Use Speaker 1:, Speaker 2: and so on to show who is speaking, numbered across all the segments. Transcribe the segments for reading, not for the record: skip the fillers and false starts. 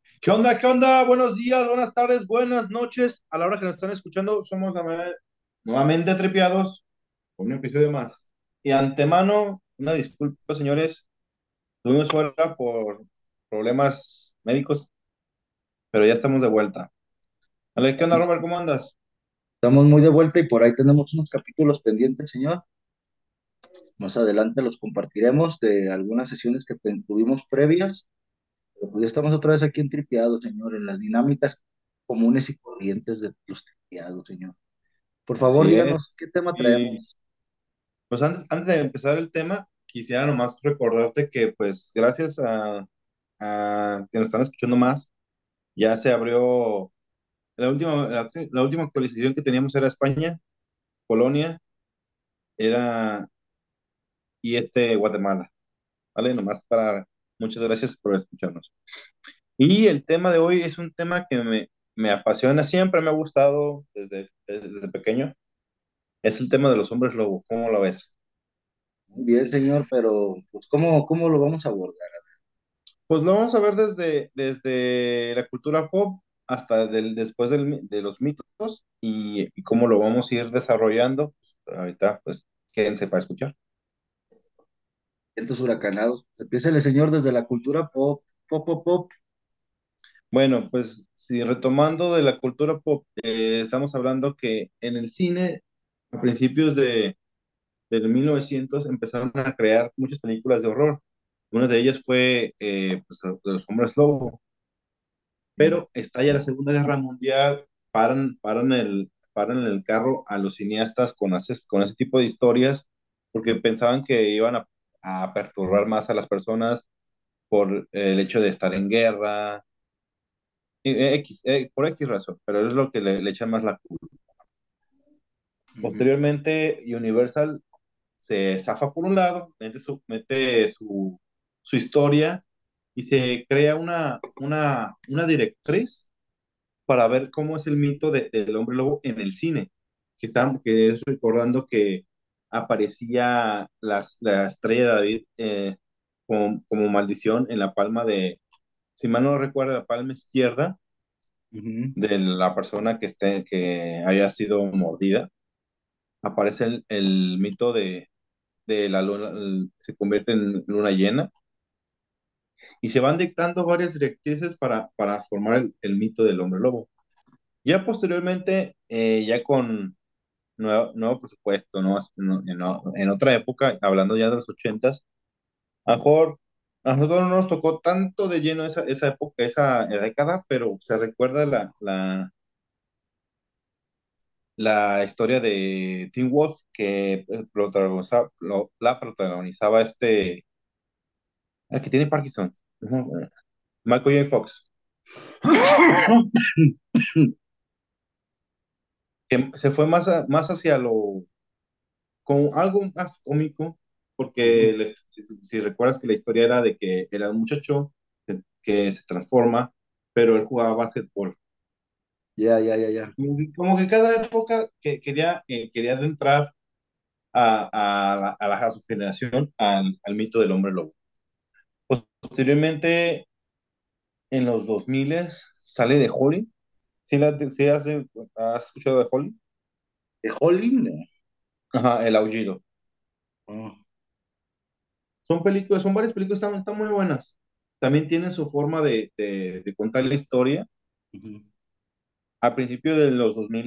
Speaker 1: ¿Qué onda? ¿Qué onda? Buenos días, buenas tardes, buenas noches. A la hora que nos están escuchando, somos nuevamente tripiados con un episodio más. Y antemano, una disculpa, señores. Estuvimos fuera por problemas médicos, pero ya estamos de vuelta. Vale, ¿qué onda, Robert? ¿Cómo andas?
Speaker 2: Estamos muy de vuelta y por ahí tenemos unos capítulos pendientes, señor. Más adelante los compartiremos de algunas sesiones que tuvimos previas, pero pues ya estamos otra vez aquí en Tripeado, señor, en las dinámicas comunes y corrientes de los tripeados, señor. Por favor,
Speaker 1: Así es.
Speaker 2: díganos, ¿qué tema
Speaker 1: Y
Speaker 2: traemos?
Speaker 1: pues antes de empezar el tema, quisiera nomás recordarte que, pues, gracias a que nos están escuchando más, ya se abrió la última actualización que teníamos era España, Polonia, era Guatemala, ¿vale? Nomás para, muchas gracias por escucharnos. Y el tema de hoy es un tema que me apasiona, siempre me ha gustado desde pequeño, es el tema de los hombres lobo, ¿cómo lo ves?
Speaker 2: Muy bien, señor, pero pues ¿cómo lo vamos a abordar?
Speaker 1: Pues lo vamos a ver desde la cultura pop hasta después de los mitos y cómo lo vamos a ir desarrollando. Pues, ahorita, pues, quédense para escuchar.
Speaker 2: Estos huracanados. Empiécele, señor, desde la cultura pop, pop, pop, pop.
Speaker 1: Bueno, pues si retomando de la cultura pop, estamos hablando que en el cine, a principios del 1900, empezaron a crear muchas películas de horror. Una de ellas fue pues, de los hombres lobo,
Speaker 2: Mm.
Speaker 1: pero estalla la Segunda Guerra Mundial, paran el carro a los cineastas con ese tipo de historias, porque pensaban que iban a perturbar más a las personas por el hecho de estar en guerra por X razón, pero es lo que le echan más la culpa.
Speaker 2: Ujú.
Speaker 1: Posteriormente, Universal se zafa por un lado, mete su historia y se crea una directriz para ver cómo es el mito del hombre lobo en el cine, que es recordando que aparecía la estrella de David como maldición en la palma si mal no recuerdo, la palma izquierda
Speaker 2: Ujú.
Speaker 1: de la persona que haya sido mordida, aparece el mito de la luna, se convierte en luna llena, y se van dictando varias directrices para formar el mito del hombre lobo. Ya posteriormente, ya con nuevo presupuesto, ¿no? En otra época, hablando ya de los ochentas, a lo mejor a nosotros no nos tocó tanto de lleno esa época, esa década, pero se recuerda la historia de Teen Wolf que la protagonizaba el que tiene Parkinson, ujú, Michael J. Fox, que se fue más hacia con algo más cómico, porque
Speaker 2: Ujú.
Speaker 1: si recuerdas que la historia era de que era un muchacho que se transforma, pero él jugaba básquetbol.
Speaker 2: Ya, ya, ya, ya.
Speaker 1: Como que cada época que quería adentrar a su generación al mito del hombre lobo. Posteriormente, en los 2000 sale de Holly. ¿Has escuchado de Holly?
Speaker 2: ¿De Holly? No.
Speaker 1: Ajá, El Aullido.
Speaker 2: Oh.
Speaker 1: Son varias películas, están muy buenas. También tienen su forma de contar la historia.
Speaker 2: Ujú.
Speaker 1: A principios de los 2000,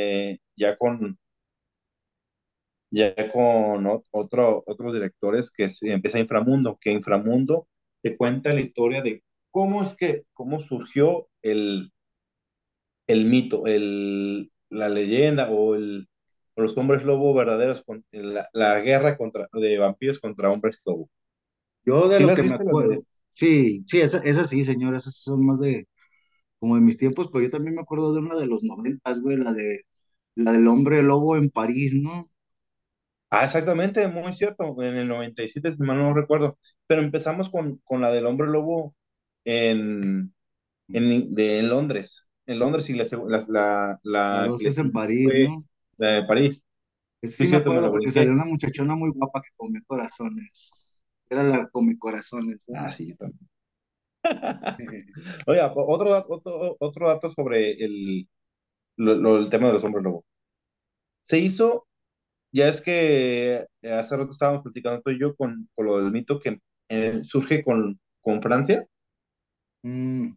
Speaker 1: ya con otros directores que se empieza Inframundo, que Inframundo te cuenta la historia de cómo surgió el mito, la leyenda o los hombres lobo verdaderos, la guerra de vampiros contra hombres lobo.
Speaker 2: Yo de
Speaker 1: ¿Sí
Speaker 2: lo
Speaker 1: las
Speaker 2: que me
Speaker 1: viste las
Speaker 2: acuerdo,
Speaker 1: de?
Speaker 2: sí, sí, esas sí, señor, esas sí son más de, como de mis tiempos, pero yo también me acuerdo de una de los noventas, güey, la del hombre lobo en París, ¿no?
Speaker 1: Ah, exactamente, muy cierto, en el 97, si mal no recuerdo, pero empezamos con la del hombre lobo en, en Londres, y
Speaker 2: La
Speaker 1: la
Speaker 2: dos
Speaker 1: que le
Speaker 2: es en
Speaker 1: sigue
Speaker 2: París,
Speaker 1: fue
Speaker 2: ¿no?
Speaker 1: la de París.
Speaker 2: Esa
Speaker 1: Sí,
Speaker 2: sí me
Speaker 1: cierto, me
Speaker 2: acuerdo
Speaker 1: lo
Speaker 2: porque salió
Speaker 1: brinqué.
Speaker 2: una muchachona muy guapa que comía corazones. Era la come corazones, ¿no?
Speaker 1: Ah, sí, yo también. Oiga, otro dato sobre el tema de los hombres lobo. Se hizo, ya es que hace rato estábamos platicando tú y yo con lo del mito que surge con Francia,
Speaker 2: Mm,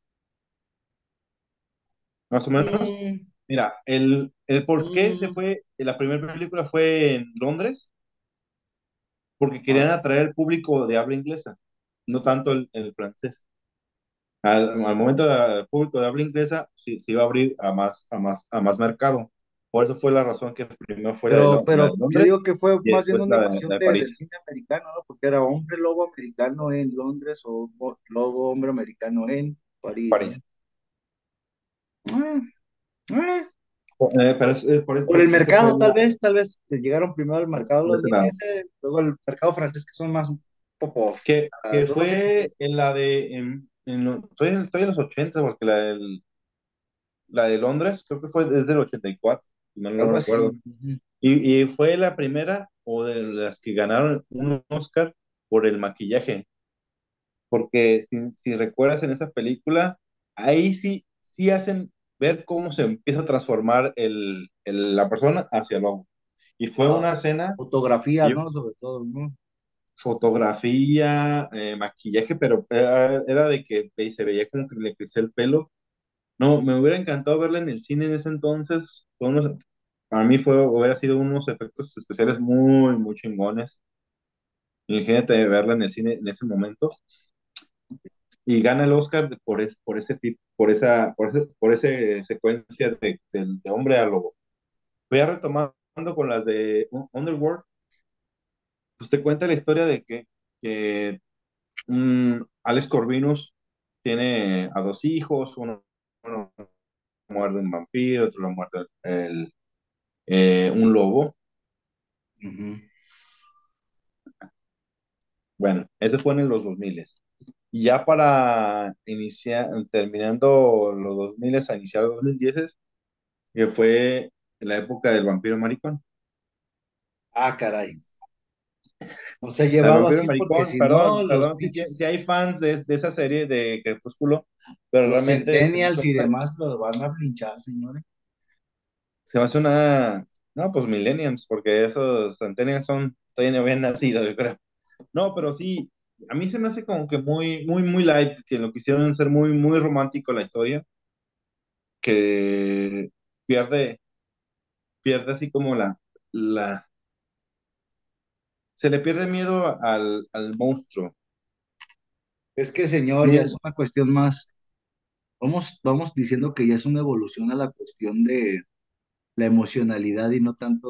Speaker 1: más o menos.
Speaker 2: mm,
Speaker 1: Mira, el por qué se
Speaker 2: mm.
Speaker 1: fue, la primera película fue en Londres, porque
Speaker 2: Ah,
Speaker 1: querían atraer al público de habla inglesa, no tanto el francés. Al momento del público de habla inglesa, sí, se iba a abrir a más mercado. Por eso fue la razón que primero fue la de
Speaker 2: pero yo
Speaker 1: Londres
Speaker 2: digo que fue
Speaker 1: y
Speaker 2: más bien
Speaker 1: después
Speaker 2: una
Speaker 1: la
Speaker 2: invasión
Speaker 1: de París.
Speaker 2: del cine americano, ¿no? Porque era hombre lobo americano en Londres o lobo hombre americano en París, ¿no?
Speaker 1: París.
Speaker 2: Ah, ah.
Speaker 1: Pero
Speaker 2: Por el
Speaker 1: ese fue
Speaker 2: mercado, tal vez te llegaron primero al mercado
Speaker 1: por ese lado.
Speaker 2: londinense, luego el mercado francés, que son más pop-off.
Speaker 1: Que
Speaker 2: Son los
Speaker 1: fue
Speaker 2: extranjeros,
Speaker 1: en la de, estoy en los 80 porque la de Londres creo que fue desde el 84 si mal no
Speaker 2: algo
Speaker 1: recuerdo.
Speaker 2: así. Ujú.
Speaker 1: Y fue la primera o de las que ganaron un Oscar por el maquillaje. Porque si recuerdas en esa película, ahí sí hacen ver cómo se empieza a transformar la persona hacia el lobo. Y fue
Speaker 2: Ah,
Speaker 1: una escena,
Speaker 2: fotografía,
Speaker 1: y
Speaker 2: ¿no? Sobre todo, ¿no?
Speaker 1: fotografía, maquillaje, pero era de que se veía como que le crecía el pelo. No, me hubiera encantado verla en el cine en ese entonces. Para mí hubiera sido unos efectos especiales muy, muy chingones. Imagínate verla en el cine en ese momento y gana el Oscar por ese tipo, por ese secuencia de hombre a lobo. Voy a retomando con las de Underworld, pues te cuenta la historia de que Alex Corvinus tiene a dos hijos, uno muerde un vampiro, otro lo muerde un lobo.
Speaker 2: Ujú.
Speaker 1: Bueno, ese fue en los 2000. Y ya para terminando los 2000 a iniciar los 2010, que fue la época del vampiro maricón.
Speaker 2: Ah, caray. No se ha
Speaker 1: Al
Speaker 2: llevado
Speaker 1: vampiro
Speaker 2: así porque
Speaker 1: maricón,
Speaker 2: si no,
Speaker 1: perdón,
Speaker 2: los
Speaker 1: perdón, si
Speaker 2: pinches,
Speaker 1: hay fans de esa serie de Crepúsculo, pero
Speaker 2: los
Speaker 1: realmente
Speaker 2: centennials y demás los van a flinchar, señores.
Speaker 1: se me hace no, pues millennials, porque esos centennials todavía no habían nacido, yo creo. No, pero sí, a mí se me hace como que muy, muy, muy light, que lo quisieron ser muy, muy romántico la historia, que pierde, pierde así como la, se le pierde miedo al monstruo.
Speaker 2: Es que, señor, ya es
Speaker 1: Sí,
Speaker 2: una cuestión más, vamos diciendo que ya es una evolución a la cuestión de la emocionalidad y no tanto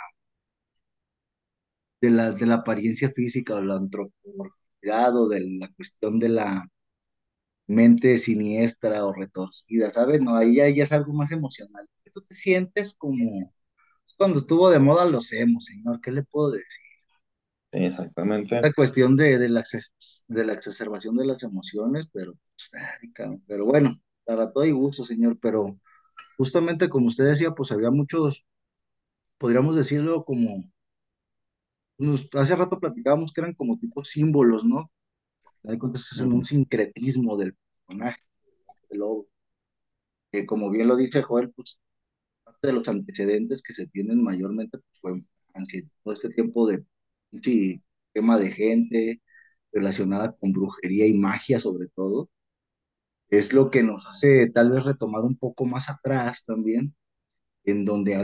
Speaker 2: de la apariencia física o la antropomorfidad o de la cuestión de la mente siniestra o retorcida, ¿sabes? No, ahí ya es algo más emocional. Tú te sientes como cuando estuvo de moda los emos, señor, ¿qué le puedo decir?
Speaker 1: exactamente.
Speaker 2: La cuestión de la exacerbación de las emociones, pero, pues, ay, cabrón, pero bueno, para todo y gusto, señor, pero justamente como usted decía, pues había muchos, podríamos decirlo como, hace rato platicábamos que eran como tipos símbolos, ¿no? Hay cuentas es en un
Speaker 1: Ujú,
Speaker 2: sincretismo del personaje, del lobo, que como bien lo dice Joel, pues parte de los antecedentes que se tienen mayormente pues, fue en Francia, todo este tiempo de sí, tema de gente relacionada con brujería y magia sobre todo, es lo que nos hace tal vez retomar un poco más atrás también, en donde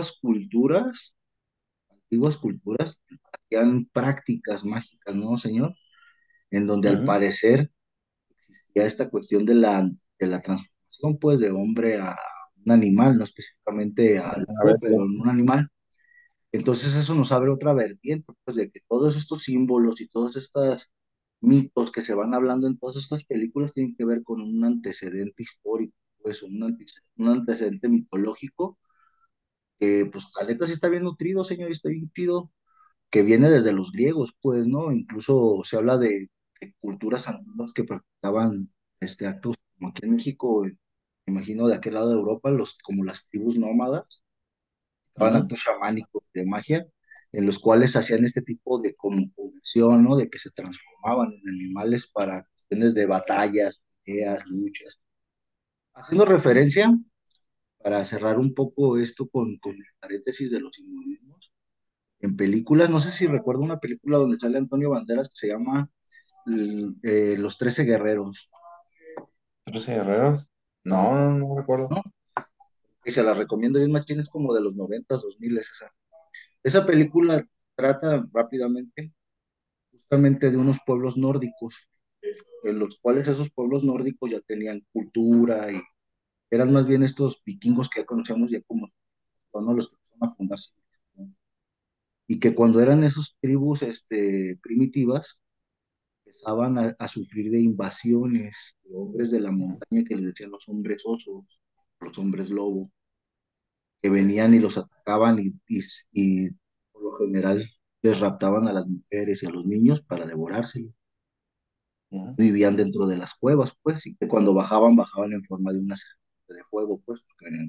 Speaker 2: antiguas culturas hacían prácticas mágicas, ¿no, señor? En donde al
Speaker 1: ujú.
Speaker 2: parecer existía esta cuestión de la transformación, pues, de hombre a un animal, no específicamente al
Speaker 1: A
Speaker 2: lobo,
Speaker 1: ver,
Speaker 2: pero en un animal. Entonces eso nos abre otra vertiente, pues, de que todos estos símbolos y todos estos mitos que se van hablando en todas estas películas tienen que ver con un antecedente histórico, pues, un antecedente mitológico que, pues, la neta sí está bien nutrido, señor, y está bien chido, que viene desde los griegos, pues, ¿no? Incluso se habla de culturas antiguas que practicaban actos, como aquí en México, me imagino de aquel lado de Europa, como las tribus nómadas, practicaban
Speaker 1: ujú.
Speaker 2: actos chamánicos de magia, en los cuales hacían este tipo de como conversión, ¿no? De que se transformaban en animales para cuestiones de batallas, peleas, luchas. Haciendo referencia, para cerrar un poco esto con el paréntesis de los simbolismos, en películas, no sé si recuerdo una película donde sale Antonio Banderas que se llama Los Trece Guerreros,
Speaker 1: ¿13 guerreros? No, no, no recuerdo.
Speaker 2: ¿no? Y se la recomiendo bien machín, es como de los 90, 2000 esa. Esa película trata rápidamente justamente de unos pueblos nórdicos, en los cuales esos pueblos nórdicos ya tenían cultura y eran más bien estos vikingos que ya conocemos ya como, ¿no? Los que empezaron a fundar, ¿no? Y que cuando eran esas tribus primitivas, empezaban a sufrir de invasiones de hombres de la montaña que les decían los hombres osos, los hombres lobo, que venían y los atacaban y por lo general les raptaban a las mujeres y a los niños para devorárselos.
Speaker 1: Ujú.
Speaker 2: Vivían dentro de las cuevas, pues, y que cuando bajaban, bajaban en forma de una serpiente de fuego, pues, porque venían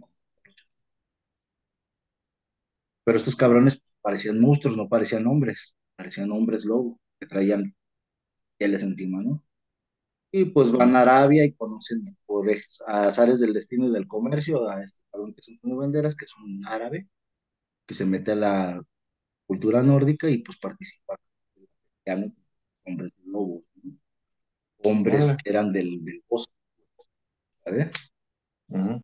Speaker 2: pero estos cabrones parecían monstruos, no parecían hombres lobo, que traían pieles encima, ¿no? Y pues van
Speaker 1: Ujú.
Speaker 2: a Arabia y conocen por azares del destino y del comercio a este cabrón que es Antonio Banderas, que es un árabe, que se mete a la cultura nórdica y pues participa, ya no hombres lobos, ¿no? Hombres
Speaker 1: Órale.
Speaker 2: que eran del bosque, ¿sabes?
Speaker 1: Ujú.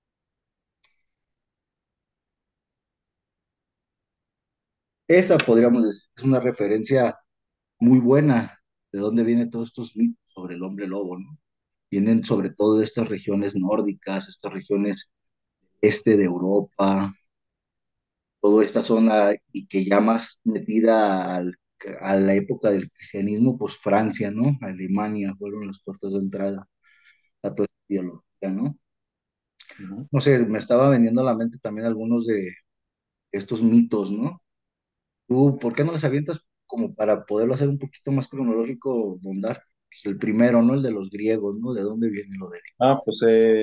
Speaker 2: Esa podríamos decir, es una referencia muy buena de dónde vienen todos estos mitos sobre el hombre lobo, ¿no? Vienen sobre todo de estas regiones nórdicas, estas regiones de Europa, toda esta zona y que ya más metida a la época del cristianismo, pues Francia, ¿no? Alemania fueron las puertas de entrada a toda esta ideología, ¿no?
Speaker 1: Ujú.
Speaker 2: No sé, me estaba veniendo a la mente también algunos de estos mitos, ¿no? ¿Tú por qué no les avientas como para poderlo hacer un poquito más cronológico, Bondar? Pues el primero, ¿no? El de los griegos, ¿no? ¿De dónde viene lo de
Speaker 1: Pues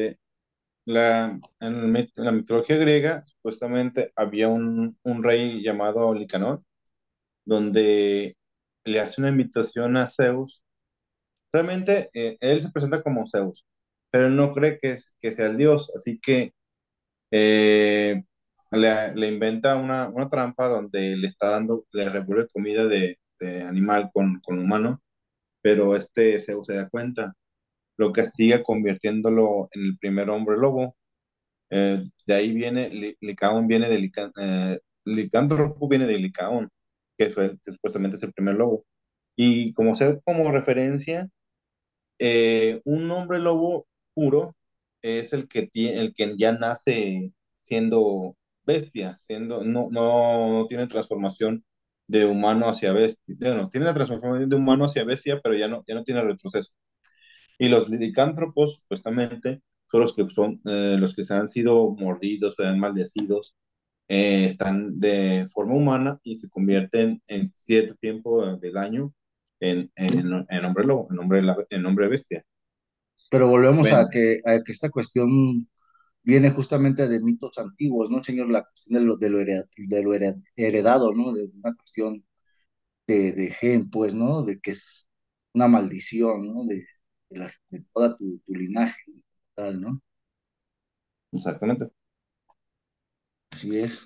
Speaker 1: en la mitología griega, supuestamente había un rey llamado Licanor, donde le hace una invitación a Zeus. Realmente él se presenta como Zeus, pero él no cree que sea el dios, así que eh, le inventa una trampa donde le está dando, le revuelve comida de animal con humano, pero este Zeus se da cuenta, lo castiga convirtiéndolo en el primer hombre lobo. De ahí viene, Licaón viene de Licántropo viene de Licaón, que supuestamente es el primer lobo. Y como ser como referencia, un hombre lobo puro es el que tiene, el que ya nace siendo bestia, no tiene transformación de humano hacia bestia. Bueno, tiene la transformación de humano hacia bestia, pero ya no tiene retroceso. Y los licántropos, supuestamente, son los que se han sido mordidos, o han maldecidos, están de forma humana y se convierten en cierto tiempo del año en hombre lobo, en hombre bestia.
Speaker 2: pero volvemos
Speaker 1: Bueno,
Speaker 2: a que esta cuestión viene justamente de mitos antiguos, ¿no, señor? La cuestión de lo heredado, ¿no? De una cuestión de gen, pues, ¿no? De que es una maldición, ¿no? De toda tu linaje, tal, ¿no?
Speaker 1: exactamente.
Speaker 2: Así es.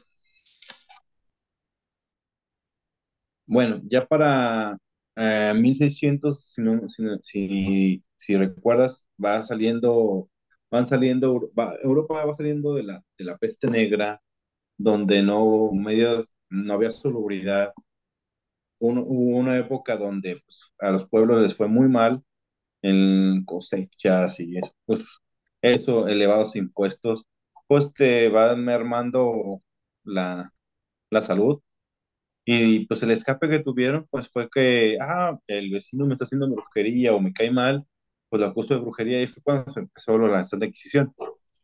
Speaker 1: Bueno, ya para 1600, si recuerdas, Europa va saliendo de la peste negra, donde no había salubridad. Hubo una época donde pues, a los pueblos les fue muy mal en cosechas y eso, pues, elevados impuestos, pues te van mermando la salud. Y pues el escape que tuvieron, pues fue que, el vecino me está haciendo brujería o me cae mal, pues lo acuso de brujería y fue cuando se empezó la Santa Inquisición.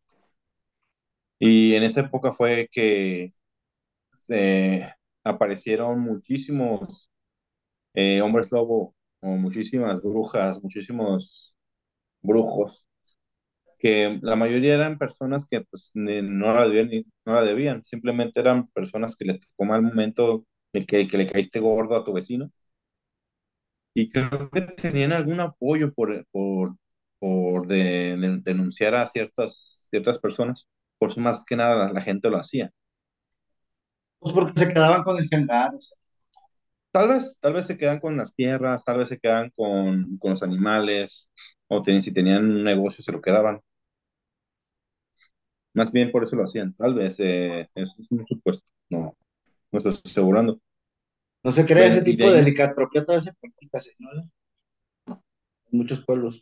Speaker 1: Y en esa época fue que aparecieron muchísimos hombres lobo, o muchísimas brujas, muchísimos brujos, que la mayoría eran personas que pues no la debían, simplemente eran personas que les tocó mal momento, que le caíste gordo a tu vecino y creo que tenían algún apoyo por denunciar a ciertas personas, por eso más que nada la gente lo hacía.
Speaker 2: Pues porque se quedaban con el hangar, o sea.
Speaker 1: Tal vez se quedan con las tierras, tal vez se quedan con los animales, si tenían un negocio se lo quedaban. Más bien por eso lo hacían. Tal vez, eso es un supuesto. No, no estoy asegurando.
Speaker 2: No se crea
Speaker 1: Bueno,
Speaker 2: ese
Speaker 1: y de
Speaker 2: tipo de
Speaker 1: ahí,
Speaker 2: delicado propia toda esa práctica, señores, en muchos pueblos.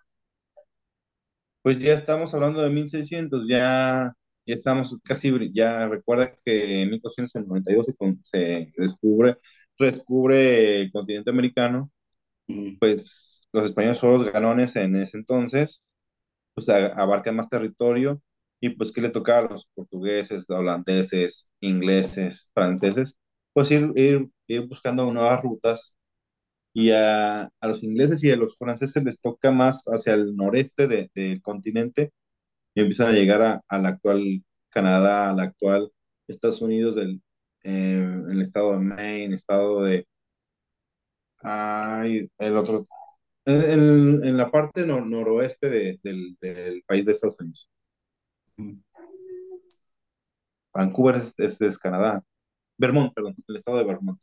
Speaker 1: pues ya estamos hablando de 1600, ya estamos casi, ya recuerda que en 1492 se redescubre el continente americano,
Speaker 2: Mm,
Speaker 1: pues los españoles son los ganones en ese entonces, pues abarcan más territorio y pues ¿qué le tocaba a los portugueses, holandeses, ingleses, franceses? Pues ir buscando nuevas rutas y a los ingleses y a los franceses les toca más hacia el noreste del continente y empiezan a llegar al actual Canadá, al actual Estados Unidos, el estado de Maine, estado de... Ay, el otro... en la parte noroeste del país de Estados Unidos.
Speaker 2: mm,
Speaker 1: Vancouver es Canadá. Vermont, perdón, el estado de Vermont.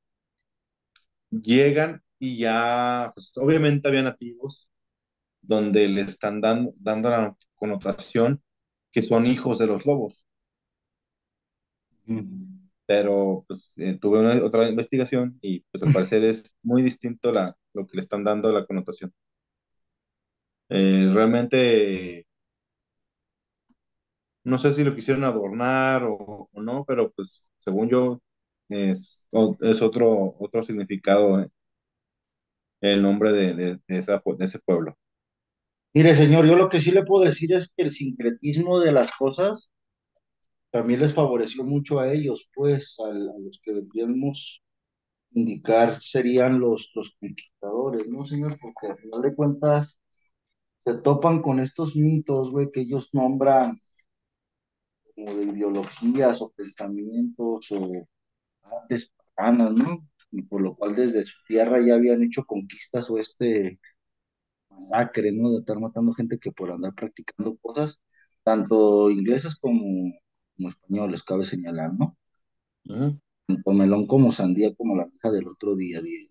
Speaker 1: Llegan y ya, pues obviamente había nativos donde le están dando la connotación que son hijos de los lobos.
Speaker 2: mm.
Speaker 1: Pero pues tuve otra investigación y pues al parecer es muy distinto lo que le están dando la connotación. Realmente no sé si lo quisieron adornar o no, pero pues según yo es otro significado el nombre de ese pueblo.
Speaker 2: Mire, señor, yo lo que sí le puedo decir es que el sincretismo de las cosas también les favoreció mucho a ellos, pues, a los que deberíamos indicar serían los conquistadores, ¿no, señor? Porque al final de cuentas se topan con estos mitos, güey, que ellos nombran como de ideologías o pensamientos o artes paganas, ¿no? Y por lo cual desde su tierra ya habían hecho conquistas o este masacre, ¿no? De estar matando gente que por andar practicando cosas, tanto ingleses como españoles, cabe señalar, ¿no?
Speaker 1: Ujú.
Speaker 2: Tanto melón como sandía, como la hija del otro día.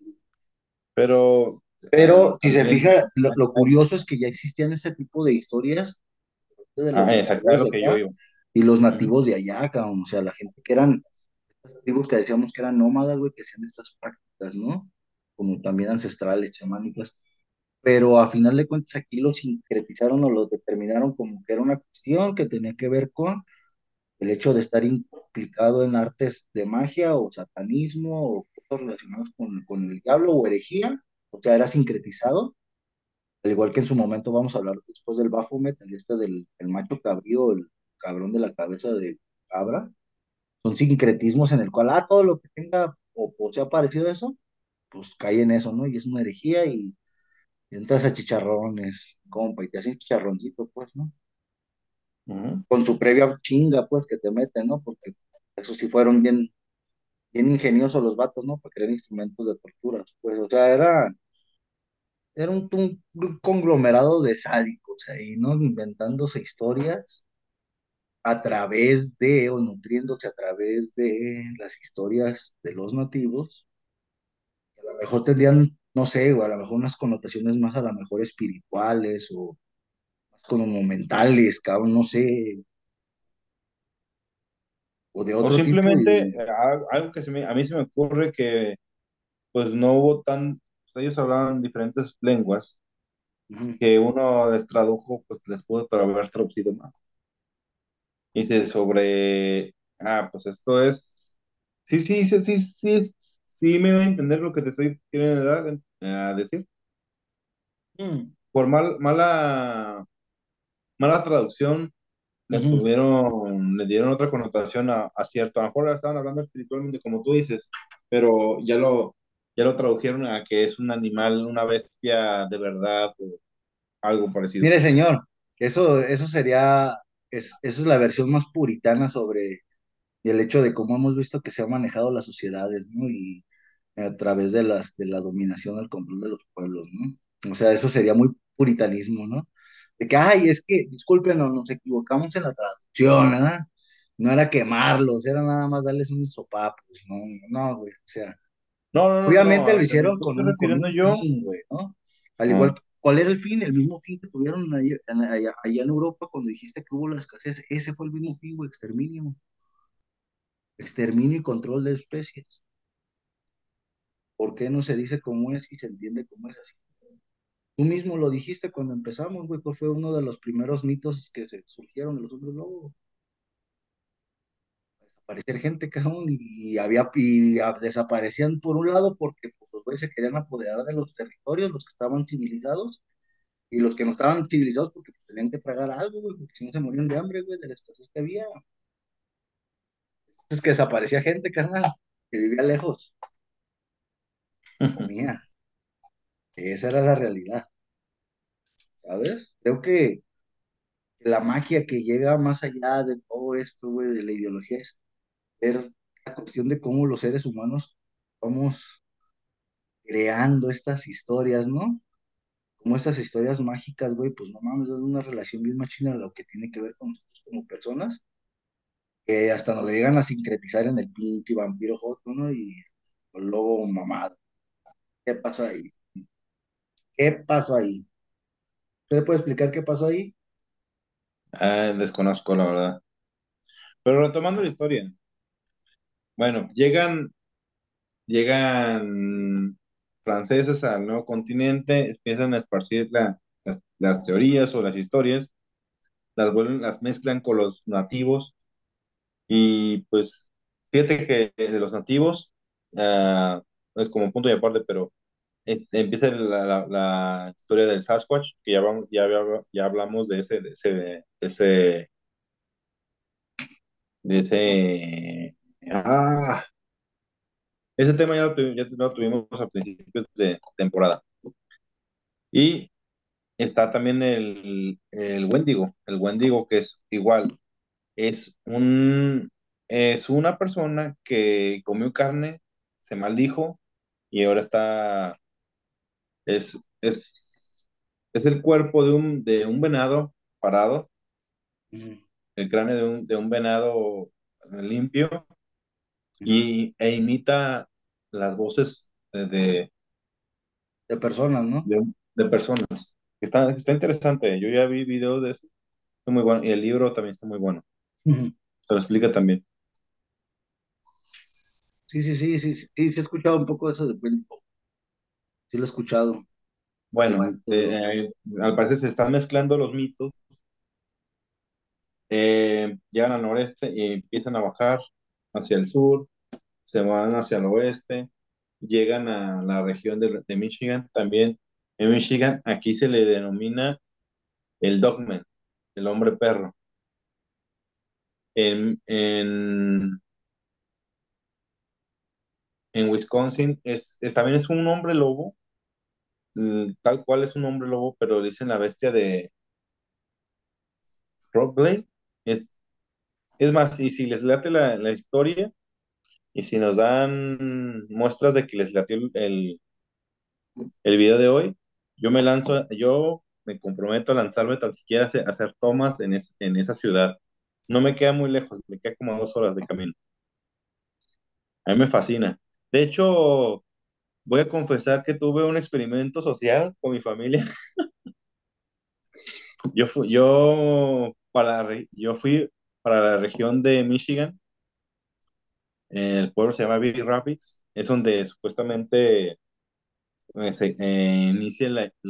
Speaker 1: Pero
Speaker 2: Pero si se
Speaker 1: también,
Speaker 2: fija, lo curioso es que ya existían ese tipo de historias de los
Speaker 1: exacto, es
Speaker 2: nativos
Speaker 1: lo
Speaker 2: de
Speaker 1: que yo
Speaker 2: acá
Speaker 1: digo.
Speaker 2: y los
Speaker 1: Ujú,
Speaker 2: nativos de allá, cabrón. O sea, la gente que eran, estas tribus que decíamos que eran nómadas, güey, que hacían estas prácticas, ¿no? Como también ancestrales, chamánicas. Pero a final de cuentas aquí lo sincretizaron o lo determinaron como que era una cuestión que tenía que ver con el hecho de estar implicado en artes de magia o satanismo o cosas relacionadas con el diablo o herejía, o sea, era sincretizado, al igual que en su momento vamos a hablar después del Baphomet, el macho cabrío, el cabrón de la cabeza de cabra, son sincretismos en el cual, todo lo que tenga o sea parecido a eso, pues cae en eso, ¿no? Y es una herejía y entras a chicharrones, compa, y te hacen chicharroncito, pues, ¿no?
Speaker 1: ujú.
Speaker 2: Con su previa chinga, pues, que te meten, ¿no? Porque eso sí fueron bien ingeniosos los vatos, ¿no? Para crear instrumentos de tortura, pues, o sea, era un conglomerado de sádicos ahí, ¿no? Inventándose historias a través de, o nutriéndose a través de las historias de los nativos, que a lo mejor tendrían, no sé, o a lo mejor unas connotaciones más a lo mejor espirituales o más como mentales, cabrón, no sé, o de
Speaker 1: O
Speaker 2: otro tipo
Speaker 1: simplemente
Speaker 2: y...
Speaker 1: algo que a mí se me ocurre que pues no hubo ellos hablaban diferentes lenguas
Speaker 2: Ujú,
Speaker 1: que uno les tradujo, pues les pudo haber traducido mal. Dice sobre, pues esto es, sí me da a entender lo que te estoy queriendo dar, a decir.
Speaker 2: ujú,
Speaker 1: Por mala traducción,
Speaker 2: ujú.
Speaker 1: le dieron otra connotación a cierto, a lo mejor estaban hablando espiritualmente como tú dices, pero ya lo tradujeron a que es un animal, una bestia de verdad o algo parecido.
Speaker 2: Mire, señor, eso sería, eso es la versión más puritana sobre el hecho de cómo hemos visto que se han manejado las sociedades, ¿no? a través de la dominación al control de los pueblos, ¿no? O sea, eso sería muy puritanismo, ¿no? De que, ay, es que, discúlpenos, nos equivocamos en la traducción, ¿ah? No era quemarlos, era nada más darles un sopapo, no, no, güey, o sea,
Speaker 1: No, no, no,
Speaker 2: obviamente
Speaker 1: no,
Speaker 2: lo
Speaker 1: al que me
Speaker 2: hicieron
Speaker 1: estoy
Speaker 2: con
Speaker 1: refiriendo
Speaker 2: un
Speaker 1: yo,
Speaker 2: fin, güey, ¿no? Al igual,
Speaker 1: ah,
Speaker 2: ¿cuál era el fin? El mismo fin que tuvieron allá en Europa cuando dijiste que hubo la escasez, ese fue el mismo fin, güey, exterminio y control de especies. ¿Por qué no se dice cómo es y se entiende cómo es así? Tú mismo lo dijiste cuando empezamos, güey, que fue uno de los primeros mitos que se surgieron de los hombres lobo. Desaparecer gente, cabrón, desaparecían por un lado porque pues, los güeyes se querían apoderar de los territorios, los que estaban civilizados, y los que no estaban civilizados porque pues, tenían que pagar algo, güey, porque si no se morían de hambre, güey, de la escasez que había. Es que desaparecía gente, carnal, que vivía lejos, comía. Esa era la realidad, ¿sabes? Creo que la magia que llega más allá de todo esto, güey, de la ideología, es ver la cuestión de cómo los seres humanos vamos creando estas historias, ¿no? Como estas historias mágicas, güey, pues no mames, es una relación bien machina lo que tiene que ver con nosotros como personas, que hasta nos le llegan a sincretizar en el pinche vampiro joto, ¿no? Y el lobo mamado. ¿Qué pasó ahí? ¿Qué pasó ahí? ¿Usted puede explicar qué pasó ahí?
Speaker 1: desconozco la verdad. Pero retomando la historia, bueno, llegan franceses al nuevo continente, empiezan a esparcir las teorías o las historias, las mezclan con los nativos y pues fíjate que de los nativos, es como punto y aparte, pero empieza la historia del Sasquatch, que ya hablamos de ese tema ya lo tuvimos a principios de temporada. Y está también el Wendigo. El Wendigo, que es igual, es es una persona que comió carne, se maldijo y ahora es, es, es el cuerpo de un venado parado,
Speaker 2: Ujú,
Speaker 1: el cráneo de un venado limpio
Speaker 2: ujú.
Speaker 1: e imita las voces
Speaker 2: De personas, ¿no?
Speaker 1: de personas. Está interesante. Yo ya vi videos de eso. Está muy bueno. Y el libro también está muy bueno.
Speaker 2: Ujú.
Speaker 1: Se lo explica también.
Speaker 2: Sí, sí, sí, sí, sí, sí, sí he escuchado un poco de eso de Wendigo. Sí lo he escuchado, el
Speaker 1: Bueno,
Speaker 2: mito de los...
Speaker 1: al parecer se están mezclando los mitos. Llegan al noreste y empiezan a bajar hacia el sur, se van hacia el oeste, llegan a la región de Michigan. También en Michigan, aquí se le denomina el Dogman, el hombre perro. En, en, en Wisconsin también es un hombre lobo, tal cual es un hombre lobo, pero le dicen la bestia de Rockblade. Es, es más, y si les late la historia, y si nos dan muestras de que les latió el video de hoy, yo me comprometo a lanzarme tan siquiera a hacer tomas en esa ciudad. No me queda muy lejos, me queda como 2 horas de camino. A mí me fascina. De hecho, voy a confesar que tuve un experimento social con mi familia. Yo fui para la región de Michigan. El pueblo se llama Big Rapids. Es donde supuestamente se inicia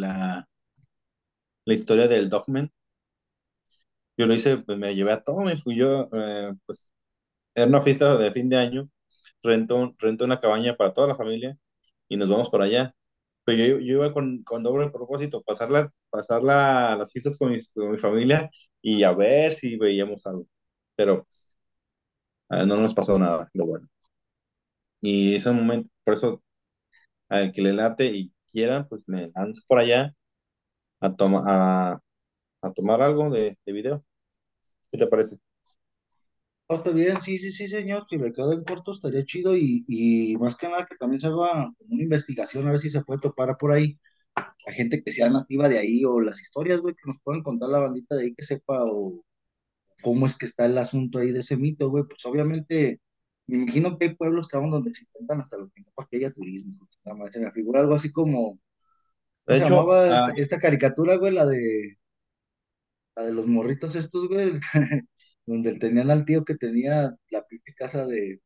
Speaker 1: la historia del Dogman. Yo lo hice, pues me llevé a todo, me fui yo, pues era una fiesta de fin de año, rentó una cabaña para toda la familia y nos vamos para allá. Pero yo iba con doble propósito, las fiestas con mi familia y a ver si veíamos algo. Pero pues, no nos pasó nada, lo bueno. Y ese momento, por eso, al que le late y quiera, pues me lanzo por allá a, a tomar algo de video. ¿Qué te parece?
Speaker 2: Oh, está bien, sí, sí, sí, señor, si le queda en corto estaría chido y más que nada que también se haga como una investigación a ver si se puede topar por ahí a gente que sea nativa de ahí o las historias, güey, que nos puedan contar la bandita de ahí que sepa o cómo es que está el asunto ahí de ese mito, güey, pues obviamente me imagino que hay pueblos que aún donde se intentan hasta lo que no para que haya turismo, pues, nada más se me figura algo así como, ¿cómo
Speaker 1: De
Speaker 2: se
Speaker 1: hecho,
Speaker 2: llamaba esta caricatura, güey, la de los morritos estos, güey, donde tenían al tío que tenía la pinche casa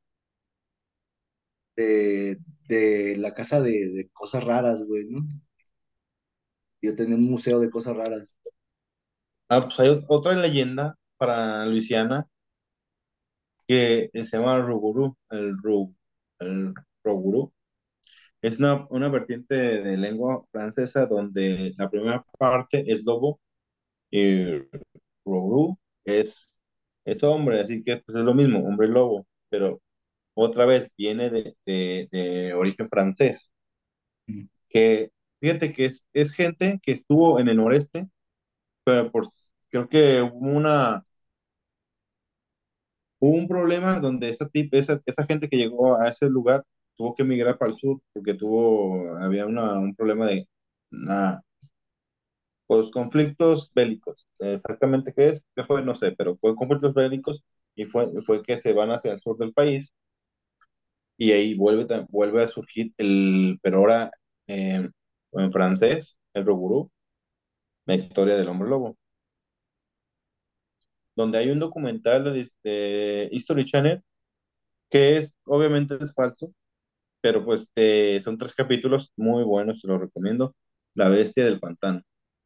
Speaker 2: de, de la casa de cosas raras, güey, ¿no? Yo tenía un museo de cosas raras.
Speaker 1: pues hay otra leyenda para Luisiana que se llama Ruguru, el Ruguru. Es una vertiente de lengua francesa donde la primera parte es lobo y Ruguru es, es hombre, así que pues, es lo mismo, hombre y lobo, pero otra vez viene de origen francés,
Speaker 2: Mm.
Speaker 1: que fíjate que es gente que estuvo en el noreste, pero creo que hubo un problema donde esa gente que llegó a ese lugar tuvo que emigrar para el sur porque había un problema de una, pues, conflictos bélicos. Exactamente qué fue, no sé, pero fue conflictos bélicos y fue que se van hacia el sur del país y ahí vuelve a surgir pero ahora eh, en francés, el Rougarou, la historia del hombre lobo, donde hay un documental de History Channel que obviamente es falso, pero pues son 3 capítulos muy buenos, te los recomiendo. La bestia del pantano.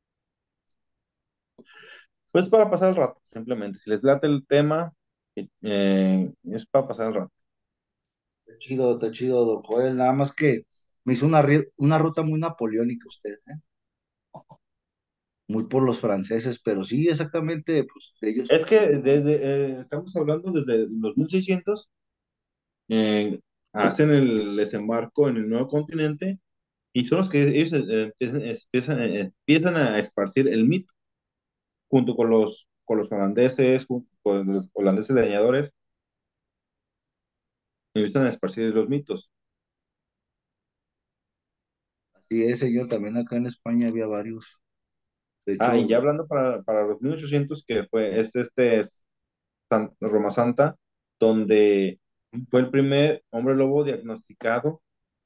Speaker 1: Pues para pasar el rato, simplemente. Si les late el tema, es para pasar el rato.
Speaker 2: Está chido, don Joel, nada más que me hizo una ruta muy napoleónica usted, ¿eh? Muy por los franceses, pero sí, exactamente, pues ellos
Speaker 1: Es que estamos hablando desde los 1600, eh, hacen el desembarco en el nuevo continente y son los que ellos empiezan a esparcir el mito junto con los holandeses, junto con los holandeses leñadores, empiezan a esparcir los mitos.
Speaker 2: sí, señor, también acá en España había varios. De
Speaker 1: Y
Speaker 2: hecho,
Speaker 1: ya hablando para los 1800, que es Roma Santa, donde fue el primer hombre lobo diagnosticado,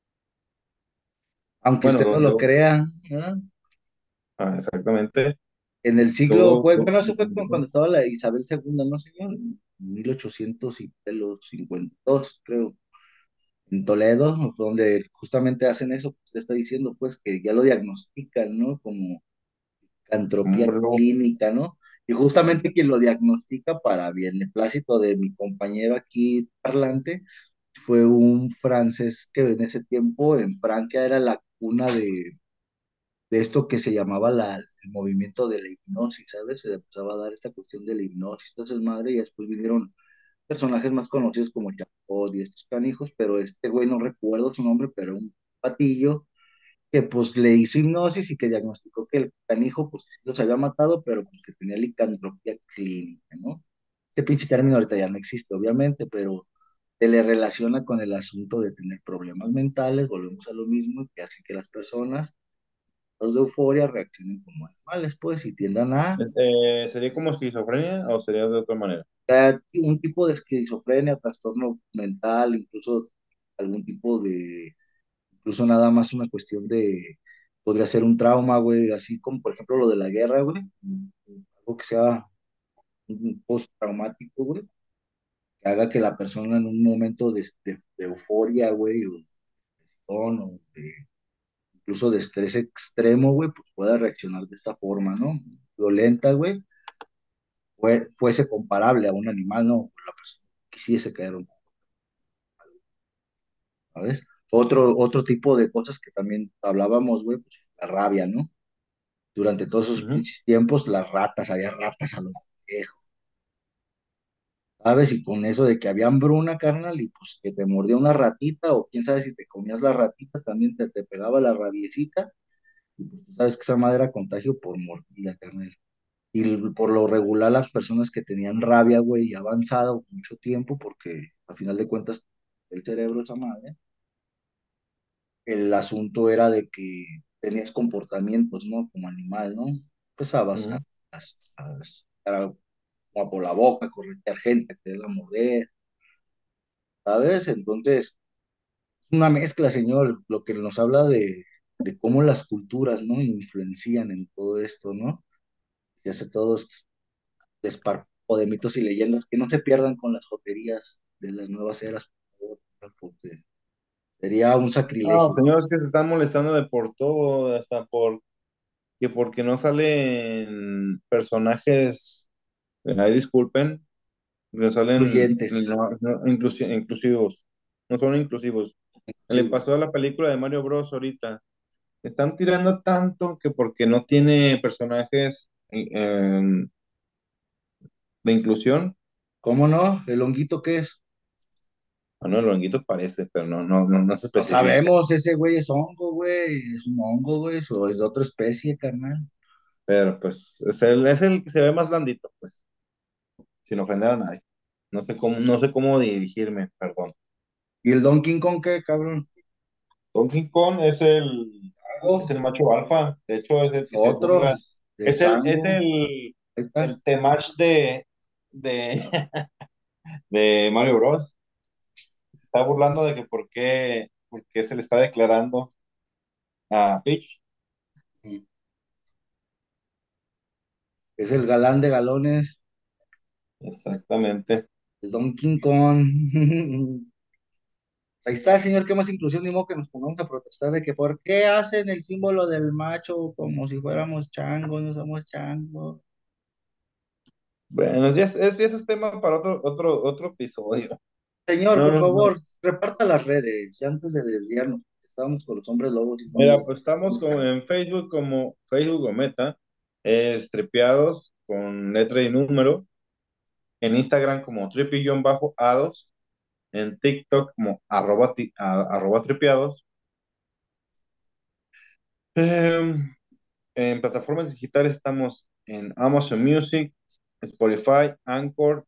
Speaker 2: aunque
Speaker 1: bueno,
Speaker 2: usted no
Speaker 1: donde,
Speaker 2: lo crea, ¿verdad?
Speaker 1: exactamente,
Speaker 2: En el siglo,
Speaker 1: todo,
Speaker 2: pues,
Speaker 1: todo-
Speaker 2: bueno, eso fue cuando estaba la Isabel II, ¿no, señor? En 1800 y pelos 52, creo. En Toledo, fue donde justamente hacen eso que usted está diciendo, pues, que ya lo diagnostican, ¿no? Como
Speaker 1: como
Speaker 2: antropía
Speaker 1: hombre lobo.
Speaker 2: clínica, ¿no? Y justamente quien lo diagnostica para beneplácito de mi compañero aquí parlante fue un francés que en ese tiempo en Francia era la cuna de esto que se llamaba el movimiento de la hipnosis, ¿sabes? Se empezaba a dar esta cuestión de la hipnosis, entonces madre, y después vinieron personajes más conocidos como Chapot y estos canijos, pero este güey no recuerdo su nombre, pero un patillo que pues le hizo hipnosis y que diagnosticó que el canijo pues que sí los había matado, pero pues que tenía licantropía clínica, ¿no? Este pinche término ahorita ya no existe, obviamente, pero se le relaciona con el asunto de tener problemas mentales, volvemos a lo mismo, que hace que las personas, los de euforia, reaccionen como animales, pues, y tiendan
Speaker 1: ¿Sería como esquizofrenia o sería de otra manera?
Speaker 2: a un tipo de esquizofrenia, trastorno mental, incluso algún tipo de incluso nada más una cuestión podría ser un trauma, güey, así como por ejemplo lo de la guerra, güey, algo que sea un postraumático, güey, que haga que la persona en un momento de euforia, güey, o incluso de estrés extremo, güey, pues pueda reaccionar de esta forma, ¿no? Violenta, güey, fuese comparable a un animal, ¿no? La persona quisiese caer, ¿sabes? Otro tipo de cosas que también hablábamos, güey, pues la rabia, ¿no? Durante todos esos
Speaker 1: Ujú.
Speaker 2: pinches tiempos, las ratas, había ratas a lo viejo, ¿sabes? Y con eso de que había hambruna, carnal, y pues que te mordía una ratita, o quién sabe si te comías la ratita, también te pegaba la rabiecita, y pues tú sabes que esa madre era contagio por mordida, carnal. por lo regular las personas que tenían rabia, güey, y avanzado mucho tiempo, porque a final de cuentas el cerebro esa madre, el asunto era de que tenías comportamientos, ¿no? Como animal, ¿no? Empezabas
Speaker 1: Ujú.
Speaker 2: a como por la boca, corretear gente, a quererla morder, ¿sabes? Entonces, una mezcla, señor, lo que nos habla de cómo las culturas, ¿no? Influencian en todo esto, ¿no? Y hace todo este desparpajo de mitos y leyendas que no se pierdan con las joterías de las nuevas eras, por favor, porque sería un
Speaker 1: No,
Speaker 2: sacrilegio.
Speaker 1: señores que se están molestando de por todo, hasta porque no salen personajes, ay, disculpen, no salen
Speaker 2: Influyentes,
Speaker 1: inclusivos, no son inclusivos. Le
Speaker 2: inclusivos.
Speaker 1: pasó a la película de Mario Bros. Ahorita. Están tirando tanto que porque no tiene personajes de inclusión.
Speaker 2: ¿Cómo no? ¿El honguito qué es?
Speaker 1: Bueno, el longuito parece, pero no se
Speaker 2: No
Speaker 1: especifica.
Speaker 2: sabemos, ese güey es hongo, güey, es un hongo, güey, o es de otra especie, carnal.
Speaker 1: Pero pues es el que se ve más blandito, pues, sin ofender a nadie. No sé cómo dirigirme, perdón.
Speaker 2: ¿Y el Donkey Kong qué, cabrón?
Speaker 1: Donkey Kong es
Speaker 2: Oh,
Speaker 1: el macho alfa, de hecho es el que se burla.
Speaker 2: otros, el
Speaker 1: Es el, es
Speaker 2: chango,
Speaker 1: el,
Speaker 2: ahí está.
Speaker 1: el Temach de, de Mario Bros. Se está burlando de que por qué se le está declarando a Peach.
Speaker 2: Es el galán de galones,
Speaker 1: Exactamente.
Speaker 2: el Donkey Kong. Ahí está, señor, ¿qué más inclusión? Ni modo que nos pongamos a protestar de que por qué hacen el símbolo del macho como si fuéramos changos, no somos changos.
Speaker 1: Bueno, ya es tema para otro episodio.
Speaker 2: Señor,
Speaker 1: No,
Speaker 2: por
Speaker 1: no, no.
Speaker 2: favor, reparta las redes, y antes de desviarnos, estábamos con los hombres lobos y no
Speaker 1: Mira,
Speaker 2: nos...
Speaker 1: pues estamos en Facebook como Facebook o Meta, Tripeados con letra y número, en Instagram como tripi-ados, en TikTok como arroba tripeados, eh, en plataformas digitales estamos en Amazon Music, Spotify, Anchor,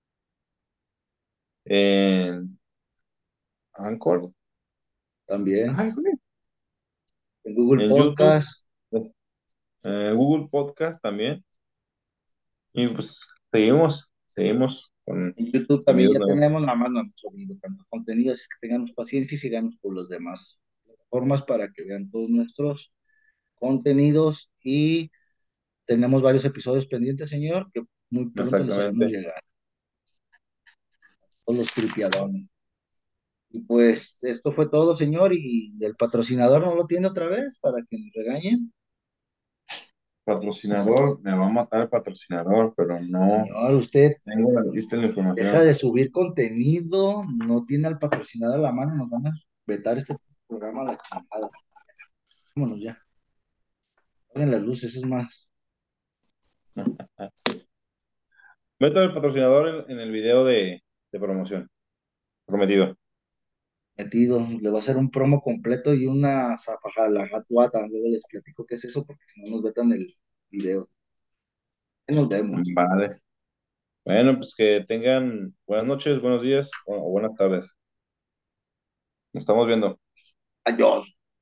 Speaker 1: en Anchor,
Speaker 2: También,
Speaker 1: ay, güey,
Speaker 2: en Google
Speaker 1: en YouTube,
Speaker 2: Podcast,
Speaker 1: Google Podcast también, y pues seguimos con
Speaker 2: en YouTube
Speaker 1: con
Speaker 2: también
Speaker 1: videos
Speaker 2: ya
Speaker 1: nuevos.
Speaker 2: tenemos, nada más no hemos subido tanto contenido, así que tengamos paciencia y sigamos por los demás plataformas para que vean todos nuestros contenidos y tenemos varios episodios pendientes, señor, que muy pronto les haremos
Speaker 1: Exactamente.
Speaker 2: llegar, todos los tripiadones. Y pues esto fue todo, señor, y el patrocinador no lo tiene otra vez para que nos regañen.
Speaker 1: Patrocinador, me va a matar el patrocinador, pero no
Speaker 2: Señor, usted
Speaker 1: tengo la lista de la
Speaker 2: deja
Speaker 1: información.
Speaker 2: de subir contenido, no tiene al patrocinador a la mano, nos van a vetar este programa a la chingada. Vámonos ya. Apaguen las luces, es más.
Speaker 1: Meto el patrocinador en el video de promoción, prometido.
Speaker 2: Metido, le va a hacer un promo completo y una zapajalajatuata. Luego les platico qué es eso, porque si no nos vetan el video. Ahí nos vemos.
Speaker 1: Vale. Bueno, pues que tengan buenas noches, buenos días o buenas tardes. Nos estamos viendo.
Speaker 2: Adiós.